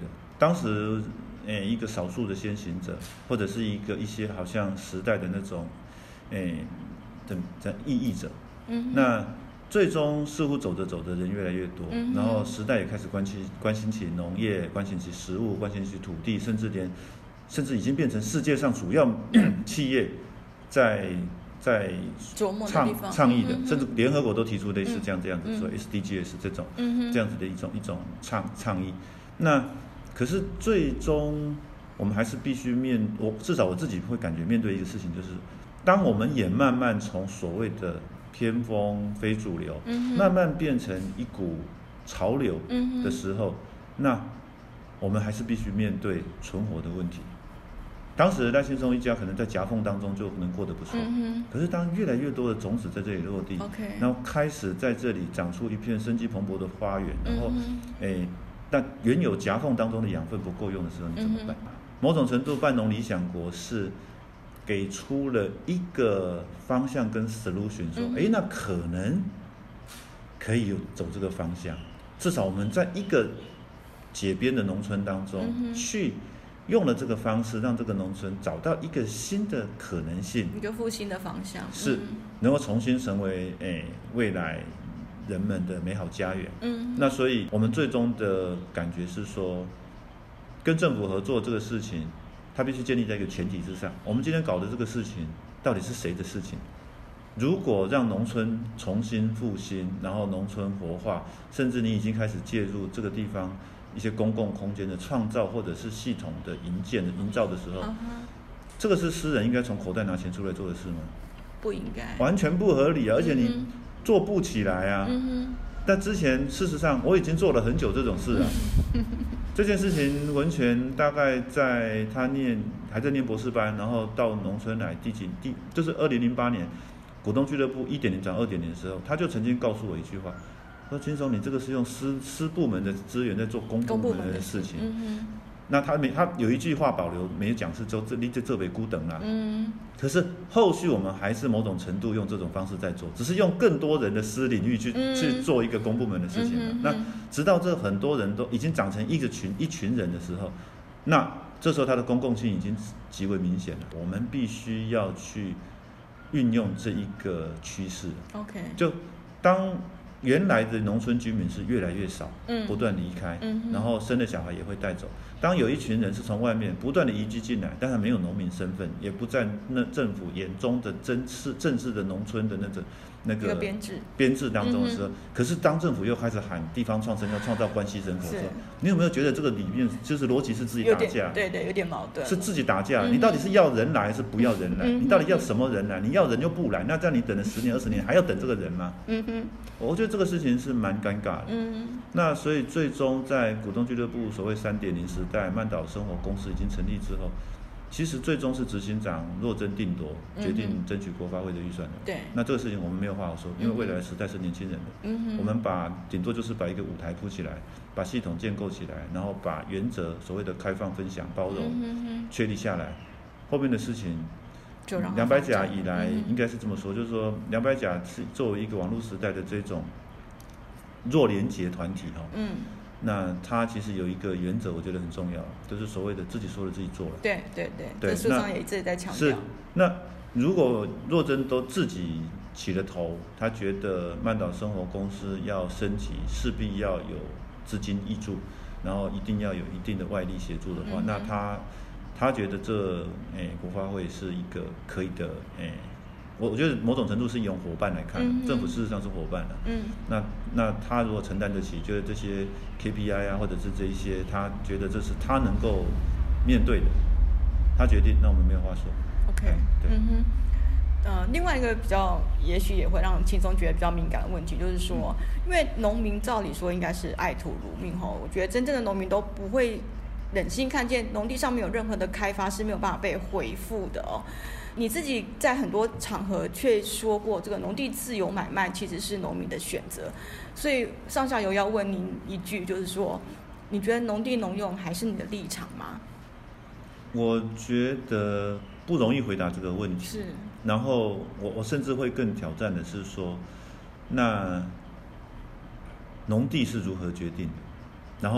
Speaker 3: 当时诶一个少数的先行者，或者是一个一些好像时代的那种诶的的异议者，嗯，那最终似乎走着走着人越来越多，嗯，然后时代也开始关心关心起农业，关心起食物，关心起土地，甚至连甚至已经变成世界上主要企业在在倡倡议的，甚至联合国都提出类似这样这样子说 S D Gs 这种这样子的一种一种倡倡议。那可是最终我们还是必须面，我至少我自己会感觉面对一个事情，就是当我们也慢慢从所谓的偏锋非主流，慢慢变成一股潮流的时候，那我们还是必须面对存活的问题。当时赖先生一家可能在夹缝当中就能过得不错，嗯，可是当越来越多的种子在这里落地， okay， 然后开始在这里长出一片生机蓬勃的花园，然后，嗯，诶，但原有夹缝当中的养分不够用的时候，你怎么办？嗯，某种程度，半农理想国是给出了一个方向跟 solution， 说，哎，嗯，那可能可以有走这个方向，至少我们在一个解边的农村当中，嗯，去。用了这个方式，让这个农村找到一个新的可能性，
Speaker 2: 一个复兴的方向，
Speaker 3: 是能够重新成为诶未来人们的美好家园。嗯，那所以我们最终的感觉是说，跟政府合作这个事情，它必须建立在一个前提之上。我们今天搞的这个事情，到底是谁的事情？如果让农村重新复兴，然后农村活化，甚至你已经开始介入这个地方一些公共空间的创造，或者是系统的营建的营造的时候， uh-huh. 这个是私人应该从口袋拿钱出来做的事吗？
Speaker 2: 不应该，
Speaker 3: 完全不合理啊！而且你做不起来啊。嗯，但之前事实上我已经做了很久这种事啊。这件事情文泉大概在他念还在念博士班，然后到农村来第几第就是二零零八年股东俱乐部一点零转二点零的时候，他就曾经告诉我一句话。说金松，你这个是用私私部门的资源在做公部门的事情。嗯，那他没他有一句话保留没讲，是说这你这这北孤等啦。嗯，可是后续我们还是某种程度用这种方式在做，只是用更多人的私领域去、嗯、去做一个公部门的事情了、嗯、那直到这很多人都已经长成一个群一群人的时候，那这时候它的公共性已经极为明显了。我们必须要去运用这一个趋势。OK， 就当原来的农村居民是越来越少，嗯，不断离开，嗯，然后生的小孩也会带走。当有一群人是从外面不断的移居进来，但他没有农民身份，也不在那政府眼中的正式正式的农村的那个那个
Speaker 2: 编制
Speaker 3: 编制当中的时候、嗯，可是当政府又开始喊地方创生要创造关系人口的时候，你有没有觉得这个里面就是逻辑是自己打架？
Speaker 2: 对对，有点矛盾，
Speaker 3: 是自己打架、嗯。你到底是要人来还是不要人来、嗯？你到底要什么人来？你要人又不来，那这样你等了十年二十年还要等这个人吗？嗯哼，我觉得这个事情是蛮尴尬的。嗯，那所以最终在股东俱乐部所谓三点零时代，曼岛生活公司已经成立之后，其实最终是执行长若真定夺，决定争取国发会的预算的。对、嗯，那这个事情我们没有话好说，因为未来的时代是年轻人的。嗯，我们把顶多就是把一个舞台铺起来，把系统建构起来，然后把原则所谓的开放、分享、包容、嗯、确立下来，后面的事情。两百甲以来应该是这么说，嗯、就是说两百甲是作为一个网络时代的这种弱连结团体哈，嗯，那它其实有一个原则，我觉得很重要，就是所谓的自己说了自己做了。
Speaker 2: 对对对，对，书上也一直在强调。
Speaker 3: 是，那如果若真都自己起了头，他觉得曼岛生活公司要升级，势必要有资金挹注，然后一定要有一定的外力协助的话，嗯、那他。他觉得这诶国发会是一个可以的诶，我我觉得某种程度是用伙伴来看，嗯、政府事实上是伙伴了。嗯，那那他如果承担得起，觉得这些 K P I 啊，或者是这一些，他觉得这是他能够面对的，他决定，那我们没有话说。
Speaker 2: OK， 对，嗯哼。呃，另外一个比较，也许也会让轻松觉得比较敏感的问题，就是说，嗯、因为农民照理说应该是爱土如命吼，我觉得真正的农民都不会。忍心看见农地上面有任何的开发是没有办法被回复的哦。你自己在很多场合却说过，这个农地自由买卖其实是农民的选择。所以上下游要问您一句，就是说，你觉得农地农用还是你的立场吗？
Speaker 3: 我觉得不容易回答这个问题。是。然后我我甚至会更挑战的是说，那农地是如何决定的？然后。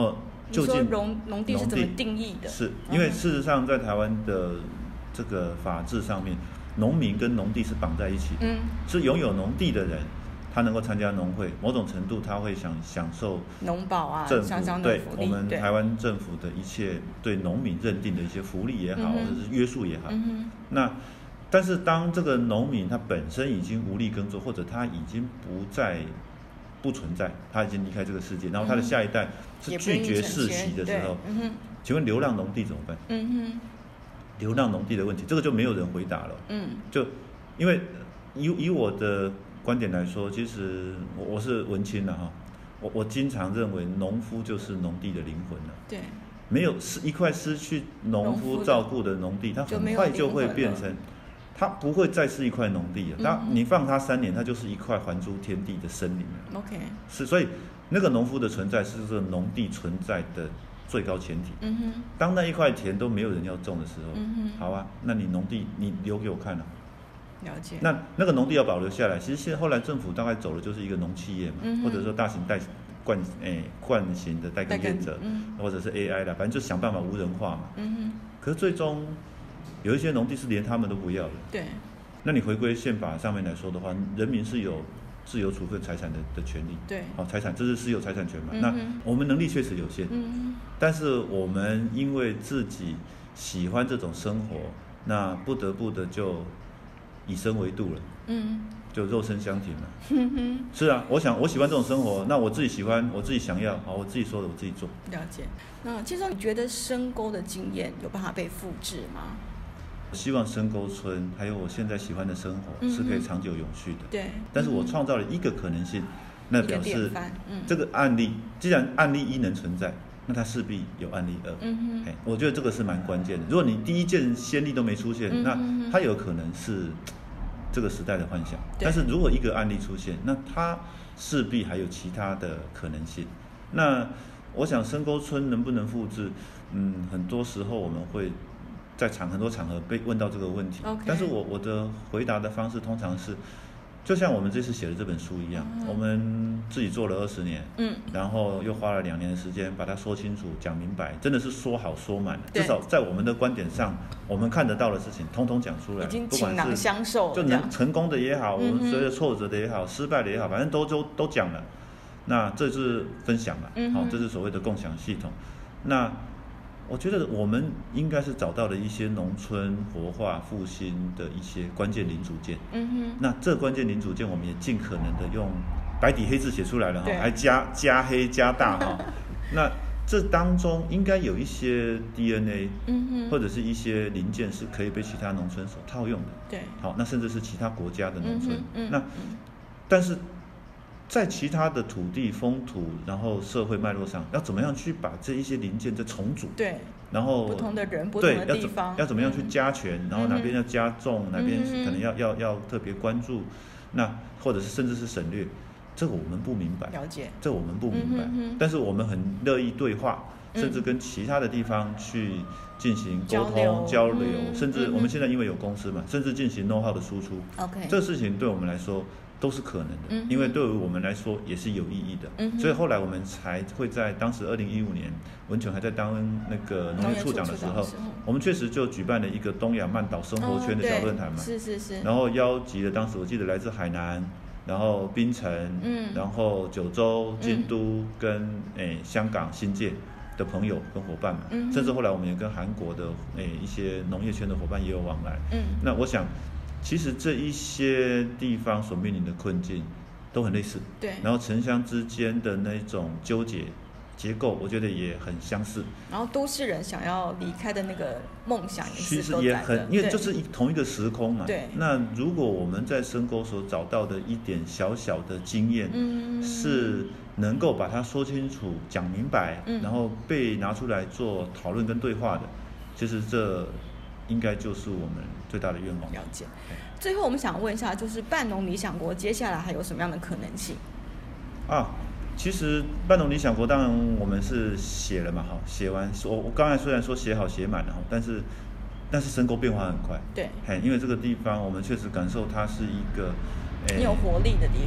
Speaker 3: 究竟
Speaker 2: 你说农农地是怎么定义的？
Speaker 3: 是因为事实上在台湾的这个法制上面，农民跟农地是绑在一起，嗯，是拥有农地的人，他能够参加农会，某种程度他会享享受
Speaker 2: 农保啊，
Speaker 3: 政府对我们台湾政府的一切对农民认定的一些福利也好，嗯、或者是约束也好，嗯、那但是当这个农民他本身已经无力耕作，或者他已经不再不存在，他已经离开这个世界，然后他的下一代是拒绝世袭的时候，嗯、请问流浪农地怎么办？嗯哼，流浪农地的问题，这个就没有人回答了。嗯，就因为以以我的观点来说，其实我我是文青了哈，我我经常认为农夫就是农地的灵魂了。
Speaker 2: 对，
Speaker 3: 没有失一块失去农夫照顾的农地，它很快就会变成，它不会再是一块农地了。它、嗯、你放它三年，它就是一块还珠天地的森林了。
Speaker 2: OK，
Speaker 3: 是所以那个农夫的存在是这个农地存在的最高前提。嗯哼，当那一块田都没有人要种的时候，嗯哼，好啊，那你农地你留给我看啊。
Speaker 2: 了解。
Speaker 3: 那那个农地要保留下来，其实现在后来政府大概走的就是一个农企业嘛，嗯、或者说大型代惯诶惯型的代耕业者，嗯、或者是 A I 啦，反正就想办法无人化嘛。嗯哼。可是最终有一些农地是连他们都不要的。
Speaker 2: 对。
Speaker 3: 那你回归宪法上面来说的话，人民是有自由处分财产的的权利。
Speaker 2: 对。
Speaker 3: 好、哦，财产这是私有财产权嘛？嗯、那我们能力确实有限。嗯。但是我们因为自己喜欢这种生活，那不得不的就以身为度了，嗯，就肉身相挺了。嗯哼，是啊，我想我喜欢这种生活，那我自己喜欢，我自己想要，好，我自己说的我自己做。
Speaker 2: 了解。那其实你觉得深沟的经验有办法被复制吗？
Speaker 3: 希望深沟村还有我现在喜欢的生活是可以长久永续的。
Speaker 2: 对。
Speaker 3: 但是我创造了一个可能性，那表示这个案例，既然案例一能存在，那它势必有案例二。嗯哼，我觉得这个是蛮关键的。如果你第一件先例都没出现，嗯、那它有可能是这个时代的幻想。但是如果一个案例出现，那它势必还有其他的可能性。那我想深沟村能不能复制？嗯，很多时候我们会在场很多场合被问到这个问题。Okay. 但是我我的回答的方式通常是，就像我们这次写的这本书一样，嗯、我们自己做了二十年，嗯，然后又花了两年的时间把它说清楚、讲明白，真的是说好说满了。至少在我们的观点上，我们看得到的事情，通通讲出来，
Speaker 2: 已经倾囊相授，
Speaker 3: 就能成功的也好，我们随着挫折的也好，失败的也好，反正都都都讲了。那这是分享嘛？嗯，好，这是所谓的共享系统。那我觉得我们应该是找到了一些农村活化复兴的一些关键零组件。嗯哼。那这关键零组件，我们也尽可能的用白底黑字写出来了哈，还加加黑加大哈。那这当中应该有一些 D N A， 嗯哼，或者是一些零件是可以被其他农村所套用的。
Speaker 2: 对。
Speaker 3: 好，那甚至是其他国家的农村。嗯嗯。那但是在其他的土地、风土，然后社会脉络上，要怎么样去把这一些零件再重组？
Speaker 2: 对，
Speaker 3: 然后
Speaker 2: 不同的人、不同的地方，
Speaker 3: 要怎么样去加权？嗯、然后哪边要加重，嗯、哪边可能要、嗯、要要特别关注，那或者是甚至是省略，这个我们不明白。
Speaker 2: 了解，
Speaker 3: 这个我们不明白。嗯、但是我们很乐意对话，甚至跟其他的地方去进行沟通、交流，交流嗯、甚至我们现在因为有公司嘛，甚至进行 know how 的输出。OK， 这个事情对我们来说都是可能的，嗯、因为对于我们来说也是有意义的，嗯、所以后来我们才会在当时二零一五年文琼还在当那个农业处长的时候，我们确实就举办了一个东亚曼岛生活圈的小论坛嘛，
Speaker 2: 哦、是是是，
Speaker 3: 然后邀集了当时我记得来自海南，然后槟城，嗯、然后九州、京都、嗯、跟诶香港新界的朋友跟伙伴嘛，嗯、甚至后来我们也跟韩国的诶一些农业圈的伙伴也有往来，嗯、那我想。其实这一些地方所面临的困境都很类似，
Speaker 2: 对。
Speaker 3: 然后城乡之间的那种纠结结构，我觉得也很相似。
Speaker 2: 然后都市人想要离开的那个梦想也是
Speaker 3: 其实也很，因为就是同一个时空嘛。
Speaker 2: 对。
Speaker 3: 那如果我们在深沟所找到的一点小小的经验，嗯，是能够把它说清楚、讲明白，嗯，然后被拿出来做讨论跟对话的，其实这应该就是我们最大的愿望。
Speaker 2: 了解。最后我们想问一下，就是半农理想国接下来还有什么样的可能性？
Speaker 3: 啊，其实半农理想国当然我们是写了嘛，哈，写完我我刚才虽然说写好写满了哈，但是但是深沟变化很快，
Speaker 2: 对，
Speaker 3: 嘿，因为这个地方我们确实感受它是一个，
Speaker 2: 很有活力的地方。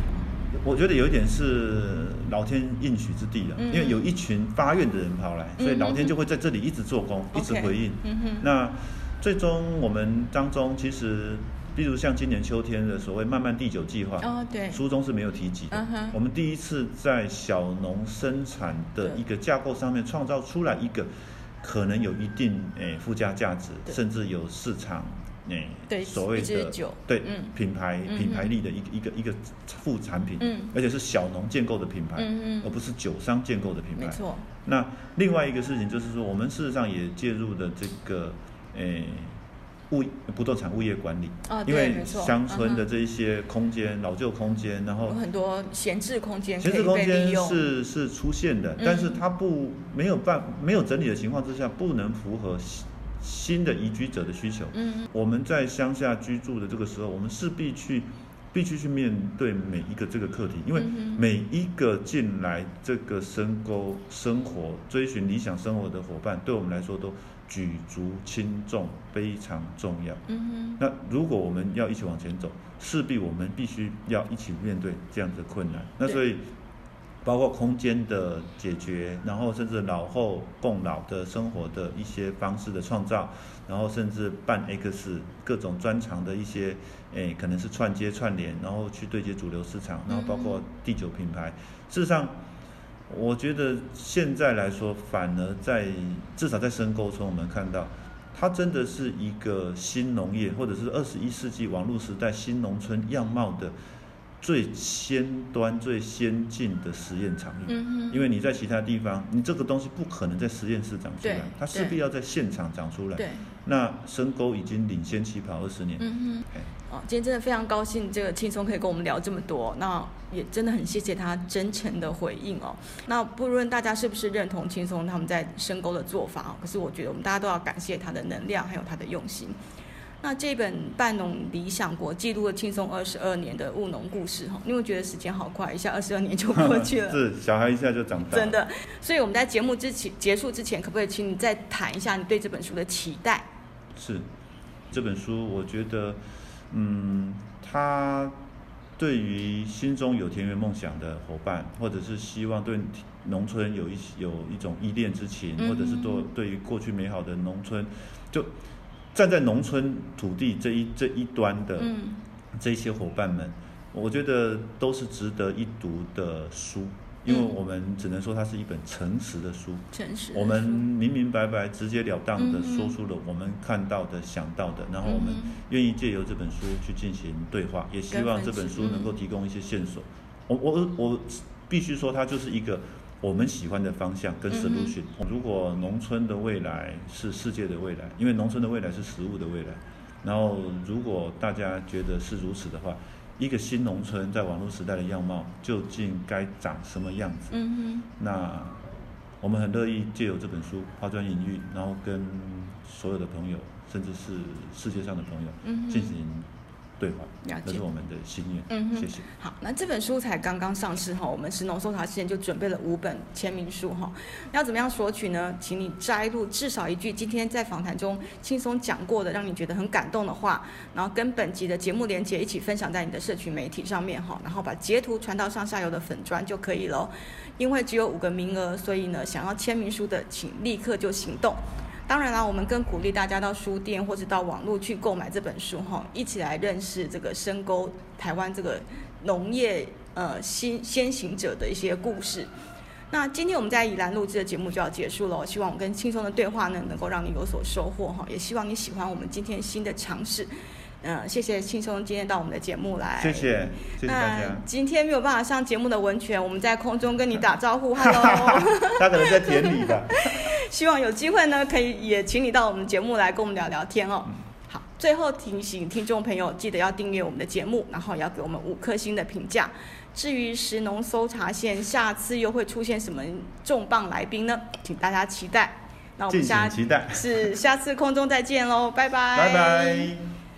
Speaker 3: 我觉得有一点是老天应许之地了，嗯、因为有一群发愿的人跑来，嗯、所以老天就会在这里一直做工，嗯、一直回应。嗯、那最终我们当中其实，比如像今年秋天的所谓慢慢第九计划，哦，对，书中是没有提及的。Uh-huh. 我们第一次在小农生产的一个架构上面创造出来一个可能有一定诶附加价值，甚至有市场。对，所谓的对、嗯、品牌、嗯、品牌力的一个一个一个副产品，嗯、而且是小农建构的品牌，嗯、而不是酒商建构的品牌。没错。那另外一个事情就是说，我们事实上也介入了这个诶物不动产物业管理，哦、因为乡村的这一些空间、嗯、老旧空间，然后
Speaker 2: 有很多闲置空间，
Speaker 3: 闲置空间是是出现的，嗯、但是它不没有办没有整理的情况之下，不能符合新的移居者的需求。嗯，我们在乡下居住的这个时候，我们势必去必须去面对每一个这个课题，因为每一个进来这个深沟生活、追寻理想生活的伙伴，对我们来说都举足轻重，非常重要。嗯，那如果我们要一起往前走，势必我们必须要一起面对这样的困难。那所以包括空间的解决，然后甚至老后共老的生活的一些方式的创造，然后甚至办 X 各种专长的一些，诶，可能是串接串联，然后去对接主流市场，然后包括第九品牌。事实上，我觉得现在来说，反而在至少在深沟村，我们看到，它真的是一个新农业，或者是二十一世纪网络时代新农村样貌的最先端、最先进的实验场域。嗯，因为你在其他地方，你这个东西不可能在实验室长出来，它势必要在现场长出来。对，那深沟已经领先起跑二十年。嗯哼。
Speaker 2: 哦，今天真的非常高兴，这个轻松可以跟我们聊这么多，那也真的很谢谢他真诚的回应哦。那不论大家是不是认同轻松他们在深沟的做法，可是我觉得我们大家都要感谢他的能量还有他的用心。那这本《半农理想国》记录了轻松二十二年的务农故事，因为觉得时间好快，一下二十二年就过去了。
Speaker 3: 是，小孩一下就长大了。
Speaker 2: 真的，所以我们在节目之前结束之前，可不可以请你再谈一下你对这本书的期待？
Speaker 3: 是，这本书我觉得，嗯，它对于心中有田园梦想的伙伴，或者是希望对农村有一有一种依恋之情，嗯、或者是对对于过去美好的农村，就站在农村土地这一这一端的这些伙伴们，我觉得都是值得一读的书，因为我们只能说它是一本诚实的书，诚实，我们明明白白、直截了当的说出了我们看到的、想到的，然后我们愿意借由这本书去进行对话，也希望这本书能够提供一些线索。我我我必须说，它就是一个我们喜欢的方向跟 solution。如果农村的未来是世界的未来，因为农村的未来是食物的未来，然后如果大家觉得是如此的话，一个新农村在网络时代的样貌究竟该长什么样子？嗯，那我们很乐意借由这本书抛砖引玉，然后跟所有的朋友，甚至是世界上的朋友进行对话，这是我们的心愿。嗯，谢谢。
Speaker 2: 好，那这本书才刚刚上市哈，我们食农搜查线就准备了五本签名书哈。要怎么样索取呢？请你摘录至少一句今天在访谈中轻松讲过的，让你觉得很感动的话，然后跟本集的节目连结一起分享在你的社群媒体上面哈，然后把截图传到上下游的粉专就可以了。因为只有五个名额，所以呢，想要签名书的，请立刻就行动。当然啦，我们更鼓励大家到书店或者到网络去购买这本书哈，一起来认识这个深沟台湾这个农业呃先先行者的一些故事。那今天我们在宜兰录制的节目就要结束了，希望我跟轻松的对话呢，能够让你有所收获哈，也希望你喜欢我们今天新的尝试。嗯、呃，谢谢轻松今天到我们的节目来，
Speaker 3: 谢谢，谢谢大家。
Speaker 2: 那今天没有办法上节目的文泉，我们在空中跟你打招呼，Hello。
Speaker 3: 他可能在田里吧。
Speaker 2: 希望有机会呢，可以也请你到我们节目来跟我们聊聊天哦。好，最后提醒听众朋友，记得要订阅我们的节目，然后也要给我们五颗星的评价。至于食农搜查线下次又会出现什么重磅来宾呢？请大家期待。那我们下
Speaker 3: 期待
Speaker 2: 是下次空中再见喽，拜拜，
Speaker 3: 拜拜。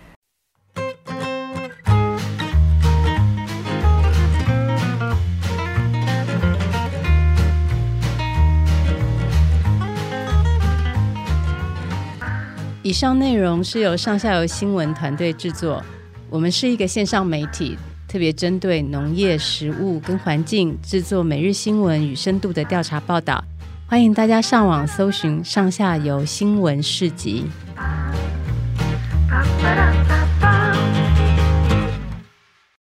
Speaker 1: 以上内容是由上下游新闻团队制作，我们是一个线上媒体， 特别针对农业、食物跟环境制作每日新闻与深度的调查报道。欢迎大家上网搜寻上下游新闻市集。